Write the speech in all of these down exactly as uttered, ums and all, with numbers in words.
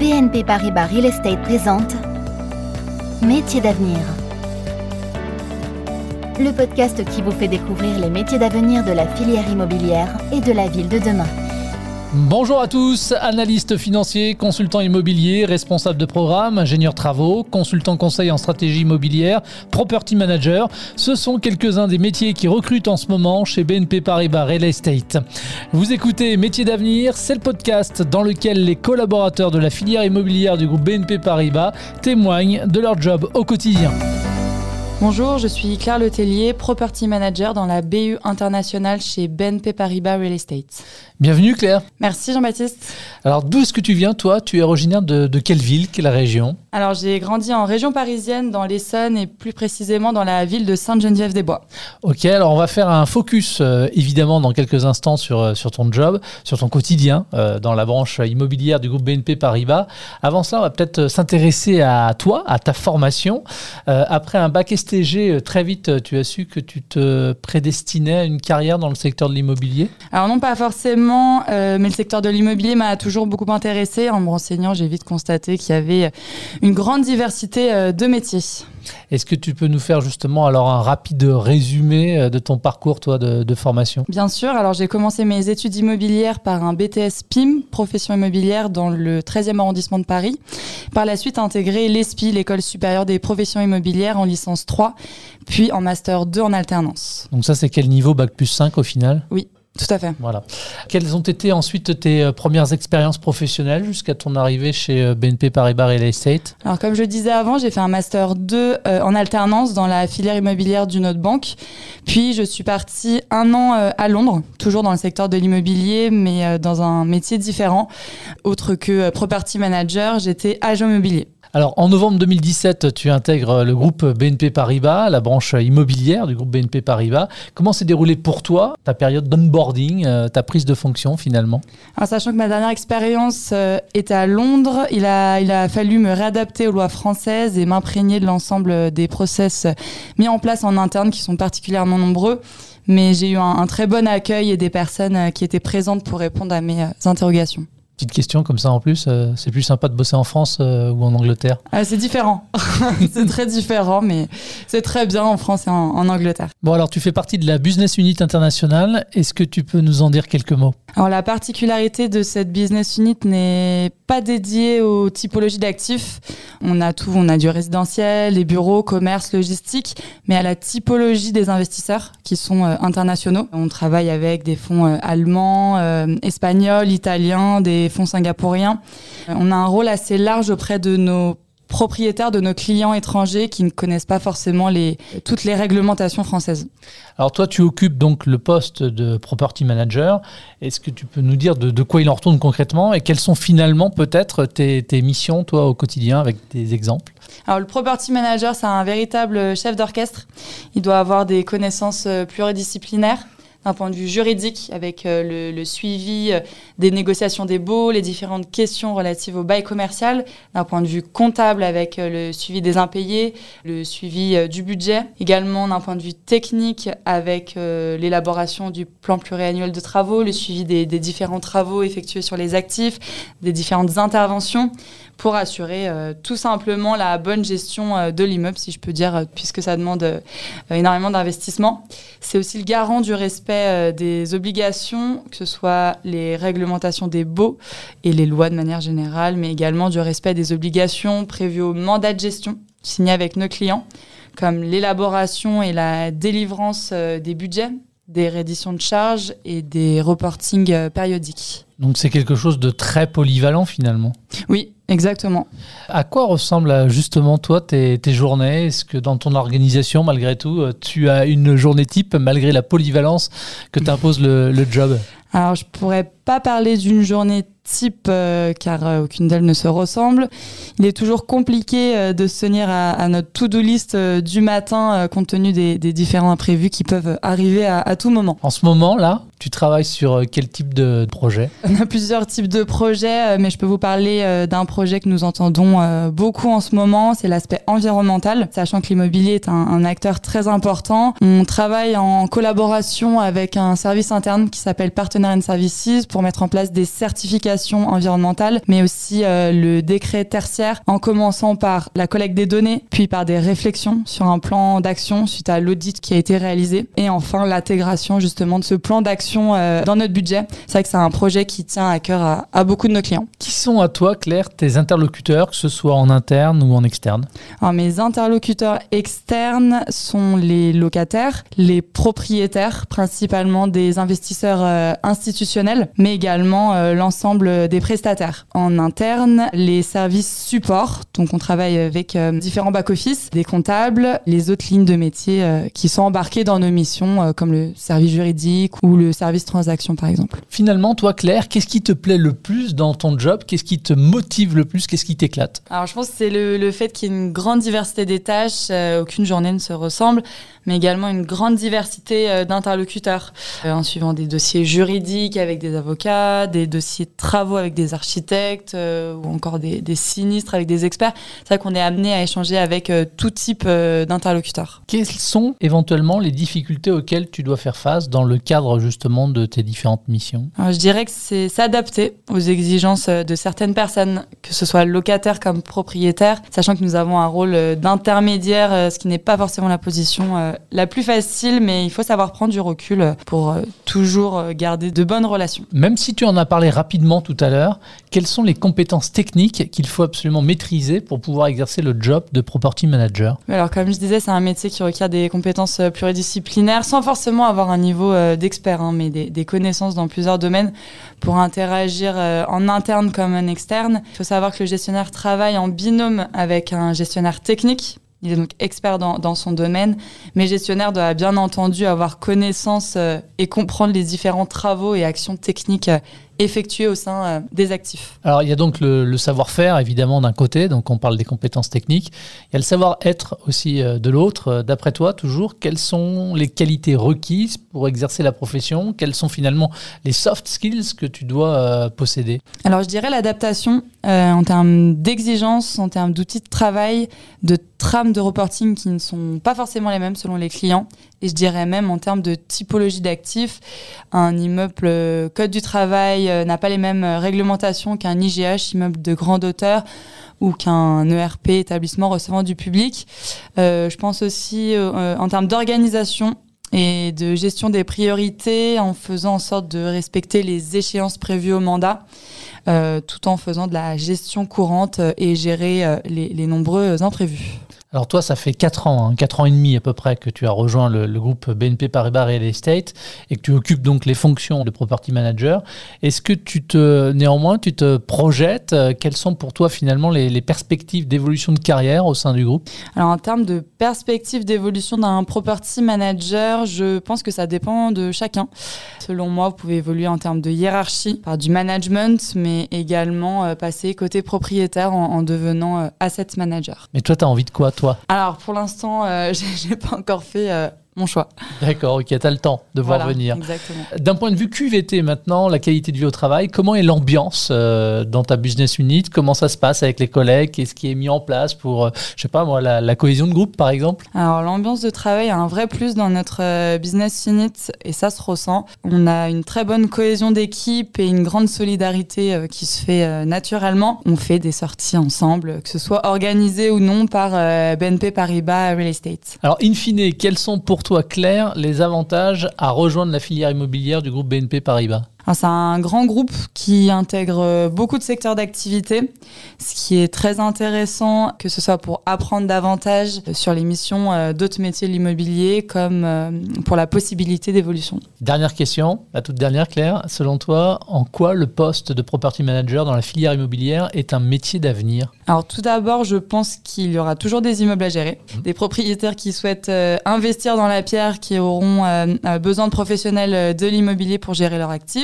B N P Paribas Real Estate présente Métiers d'avenir. Le podcast qui vous fait découvrir les métiers d'avenir de la filière immobilière et de la ville de demain. Bonjour à tous, analyste financier, consultant immobilier, responsable de programme, ingénieur travaux, consultant conseil en stratégie immobilière, property manager. Ce sont quelques-uns des métiers qui recrutent en ce moment chez B N P Paribas Real Estate. Vous écoutez Métiers d'avenir, c'est le podcast dans lequel les collaborateurs de la filière immobilière du groupe B N P Paribas témoignent de leur job au quotidien. Bonjour, je suis Claire Letellier, Property Manager dans la B U internationale chez B N P Paribas Real Estate. Bienvenue Claire. Merci Jean-Baptiste. Alors d'où est-ce que tu viens toi ? Tu es originaire de, de quelle ville, quelle région ? Alors j'ai grandi en région parisienne, dans l'Essonne et plus précisément dans la ville de Sainte-Geneviève-des-Bois. Ok, alors on va faire un focus euh, évidemment dans quelques instants sur, euh, sur ton job, sur ton quotidien euh, dans la branche immobilière du groupe B N P Paribas. Avant cela, on va peut-être s'intéresser à toi, à ta formation. Euh, après un bac S T G, très vite tu as su que tu te prédestinais à une carrière dans le secteur de l'immobilier ? Alors non, pas forcément, euh, mais le secteur de l'immobilier m'a toujours beaucoup intéressée. En me renseignant, j'ai vite constaté qu'il y avait une grande diversité euh, de métiers. Est-ce que tu peux nous faire justement alors un rapide résumé de ton parcours toi, de, de formation ? Bien sûr, alors j'ai commencé mes études immobilières par un B T S P I M, profession immobilière dans le treizième arrondissement de Paris. Par la suite, intégré l'E S P I, l'École supérieure des professions immobilières en licence trois, puis en master deux en alternance. Donc ça c'est quel niveau, bac plus cinq au final ? Oui. Tout à fait. Voilà. Quelles ont été ensuite tes premières expériences professionnelles jusqu'à ton arrivée chez B N P Paribas Real Estate ? Alors comme je le disais avant, j'ai fait un master deux euh, en alternance dans la filière immobilière d'une autre banque. Puis je suis partie un an euh, à Londres, toujours dans le secteur de l'immobilier, mais euh, dans un métier différent. Autre que euh, property manager, j'étais agent immobilier. Alors, en novembre deux mille dix-sept, tu intègres le groupe B N P Paribas, la branche immobilière du groupe B N P Paribas. Comment s'est déroulée pour toi ta période d'onboarding, euh, ta prise de fonction finalement ? Alors, sachant que ma dernière expérience euh, était à Londres, il a, il a fallu me réadapter aux lois françaises et m'imprégner de l'ensemble des process mis en place en interne qui sont particulièrement nombreux. Mais j'ai eu un, un très bon accueil et des personnes qui étaient présentes pour répondre à mes interrogations. Petite question comme ça en plus, euh, c'est plus sympa de bosser en France euh, ou en Angleterre ? Ah, c'est différent, c'est très différent, mais c'est très bien en France et en, en Angleterre. Bon alors tu fais partie de la Business Unit internationale, est-ce que tu peux nous en dire quelques mots ? Alors la particularité de cette Business Unit n'est pas dédiée aux typologies d'actifs. On a tout, on a du résidentiel, les bureaux, commerce, logistique, mais à la typologie des investisseurs qui sont euh, internationaux. On travaille avec des fonds euh, allemands, euh, espagnols, italiens, des fonds singapouriens. On a un rôle assez large auprès de nos propriétaires, de nos clients étrangers qui ne connaissent pas forcément les, toutes les réglementations françaises. Alors toi, tu occupes donc le poste de property manager. Est-ce que tu peux nous dire de, de quoi il en retourne concrètement et quelles sont finalement peut-être tes, tes missions toi au quotidien avec des exemples ? Alors le property manager, c'est un véritable chef d'orchestre. Il doit avoir des connaissances pluridisciplinaires d'un point de vue juridique, avec euh, le, le suivi euh, des négociations des baux, les différentes questions relatives au bail commercial, d'un point de vue comptable, avec euh, le suivi des impayés, le suivi euh, du budget, également d'un point de vue technique, avec euh, l'élaboration du plan pluriannuel de travaux, le suivi des, des différents travaux effectués sur les actifs, des différentes interventions, pour assurer euh, tout simplement la bonne gestion euh, de l'immeuble, si je peux dire, euh, puisque ça demande euh, énormément d'investissement. C'est aussi le garant du respect euh, des obligations, que ce soit les réglementations des baux et les lois de manière générale, mais également du respect des obligations prévues au mandat de gestion signé avec nos clients, comme l'élaboration et la délivrance euh, des budgets, des redditions de charges et des reportings euh, périodiques. Donc c'est quelque chose de très polyvalent finalement. Oui, exactement. À quoi ressemblent justement toi tes, tes journées ? Est-ce que dans ton organisation, malgré tout, tu as une journée type malgré la polyvalence que t'impose le, le job ? Alors je pourrais pas parler d'une journée type euh, car euh, aucune d'elles ne se ressemble. Il est toujours compliqué euh, de se tenir à, à notre to-do list euh, du matin euh, compte tenu des, des différents imprévus qui peuvent arriver à, à tout moment. En ce moment là, Tu travailles sur quel type de projet ? On a plusieurs types de projets, mais je peux vous parler d'un projet que nous entendons beaucoup en ce moment, c'est l'aspect environnemental, sachant que l'immobilier est un, un acteur très important. On travaille en collaboration avec un service interne qui s'appelle Partner and Services pour mettre en place des certifications environnementales, mais aussi euh, le décret tertiaire, en commençant par la collecte des données, puis par des réflexions sur un plan d'action suite à l'audit qui a été réalisé, et enfin l'intégration justement de ce plan d'action euh, dans notre budget. C'est vrai que c'est un projet qui tient à cœur à, à beaucoup de nos clients. Qui sont à toi, Claire, tes interlocuteurs, que ce soit en interne ou en externe ? Alors, mes interlocuteurs externes sont les locataires, les propriétaires, principalement des investisseurs euh, institutionnels, mais également euh, l'ensemble des prestataires. En interne, les services support, donc on travaille avec euh, différents back-office, des comptables, les autres lignes de métier euh, qui sont embarquées dans nos missions, euh, comme le service juridique ou le service transaction, par exemple. Finalement, toi, Claire, qu'est-ce qui te plaît le plus dans ton job ? Qu'est-ce qui te motive le plus ? Qu'est-ce qui t'éclate ? Alors, je pense que c'est le, le fait qu'il y ait une grande diversité des tâches, euh, aucune journée ne se ressemble, mais également une grande diversité euh, d'interlocuteurs, euh, en suivant des dossiers juridiques avec des avocats, des dossiers de travaux avec des architectes, euh, ou encore des, des sinistres avec des experts. C'est vrai qu'on est amené à échanger avec euh, tout type euh, d'interlocuteurs. Quelles sont éventuellement les difficultés auxquelles tu dois faire face dans le cadre justement de tes différentes missions ? Alors, je dirais que c'est s'adapter aux exigences de certaines personnes, que ce soit locataires comme propriétaires, sachant que nous avons un rôle d'intermédiaire, ce qui n'est pas forcément la position la plus facile, mais il faut savoir prendre du recul pour toujours garder de bonnes relations. Même si tu en as parlé rapidement tout à l'heure, quelles sont les compétences techniques qu'il faut absolument maîtriser pour pouvoir exercer le job de property manager ? Alors, comme je disais, c'est un métier qui requiert des compétences pluridisciplinaires, sans forcément avoir un niveau d'expert, hein, mais des, des connaissances dans plusieurs domaines pour interagir en interne comme en externe. Il faut savoir que le gestionnaire travaille en binôme avec un gestionnaire technique. Il est donc expert dans, dans son domaine, mais gestionnaire doit bien entendu avoir connaissance euh, et comprendre les différents travaux et actions techniques euh, effectués au sein euh, des actifs. Alors, il y a donc le, le savoir-faire, évidemment, d'un côté, donc on parle des compétences techniques. Il y a le savoir-être aussi euh, de l'autre. Euh, d'après toi, toujours, quelles sont les qualités requises pour exercer la profession ? Quelles sont finalement les soft skills que tu dois euh, posséder ? Alors, je dirais l'adaptation euh, en termes d'exigence, en termes d'outils de travail, de trames de reporting qui ne sont pas forcément les mêmes selon les clients. Et je dirais même en termes de typologie d'actifs, un immeuble euh, code du travail euh, n'a pas les mêmes euh, réglementations qu'un I G H, immeuble de grande hauteur, ou qu'un E R P, établissement recevant du public. Euh, je pense aussi euh, en termes d'organisation et de gestion des priorités, en faisant en sorte de respecter les échéances prévues au mandat, euh, tout en faisant de la gestion courante et gérer euh, les, les nombreux imprévus. Alors toi, ça fait quatre ans, hein, quatre ans et demi à peu près que tu as rejoint le, le groupe B N P Paribas Real Estate et que tu occupes donc les fonctions de property manager. Est-ce que tu te, néanmoins, tu te projettes ? Quelles sont pour toi finalement les, les perspectives d'évolution de carrière au sein du groupe ? Alors en termes de perspectives d'évolution d'un property manager, je pense que ça dépend de chacun. Selon moi, vous pouvez évoluer en termes de hiérarchie, par du management, mais également euh, passer côté propriétaire en, en devenant euh, asset manager. Mais toi, tu as envie de quoi, toi ? Alors, pour l'instant, euh, j'ai, j'ai pas encore fait euh, mon choix. D'accord, ok, tu as le temps de voir voilà, venir. Exactement. D'un point de vue Q V T maintenant, la qualité de vie au travail, comment est l'ambiance euh, dans ta business unit ? Comment ça se passe avec les collègues ? Qu'est-ce qui est mis en place pour, euh, je sais pas moi, la, la cohésion de groupe par exemple ? Alors, l'ambiance de travail a un vrai plus dans notre euh, business unit et ça se ressent. On a une très bonne cohésion d'équipe et une grande solidarité euh, qui se fait euh, naturellement. On fait des sorties ensemble, que ce soit organisé ou non par euh, B N P Paribas Real Estate. Alors, in fine, quels sont pour toi, Claire, les avantages à rejoindre la filière immobilière du groupe B N P Paribas ? Alors, c'est un grand groupe qui intègre beaucoup de secteurs d'activité, ce qui est très intéressant, que ce soit pour apprendre davantage sur les missions d'autres métiers de l'immobilier, comme pour la possibilité d'évolution. Dernière question, la toute dernière, Claire. Selon toi, en quoi le poste de property manager dans la filière immobilière est un métier d'avenir ? Alors tout d'abord, je pense qu'il y aura toujours des immeubles à gérer, mmh. des propriétaires qui souhaitent euh, investir dans la pierre, qui auront euh, besoin de professionnels de l'immobilier pour gérer leurs actifs.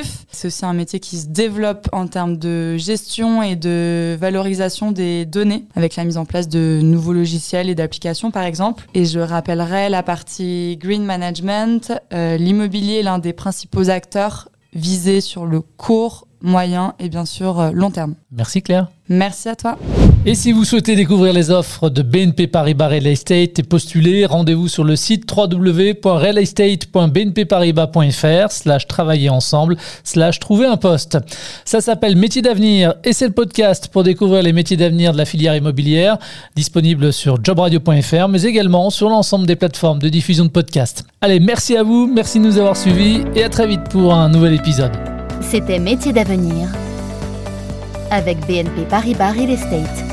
neuf. C'est aussi un métier qui se développe en termes de gestion et de valorisation des données, avec la mise en place de nouveaux logiciels et d'applications par exemple. Et je rappellerai la partie Green Management. Euh, l'immobilier est l'un des principaux acteurs visés sur le court, moyen et bien sûr euh, long terme. Merci Claire. Merci à toi. Et si vous souhaitez découvrir les offres de B N P Paribas Real Estate et postuler, rendez-vous sur le site w w w point real estate point b n p paribas point f r slash travailler ensemble slash trouver un poste. Ça s'appelle Métiers d'avenir et c'est le podcast pour découvrir les métiers d'avenir de la filière immobilière, disponible sur job radio point f r mais également sur l'ensemble des plateformes de diffusion de podcasts. Allez, merci à vous, merci de nous avoir suivis et à très vite pour un nouvel épisode. C'était Métiers d'avenir avec B N P Paribas Real Estate.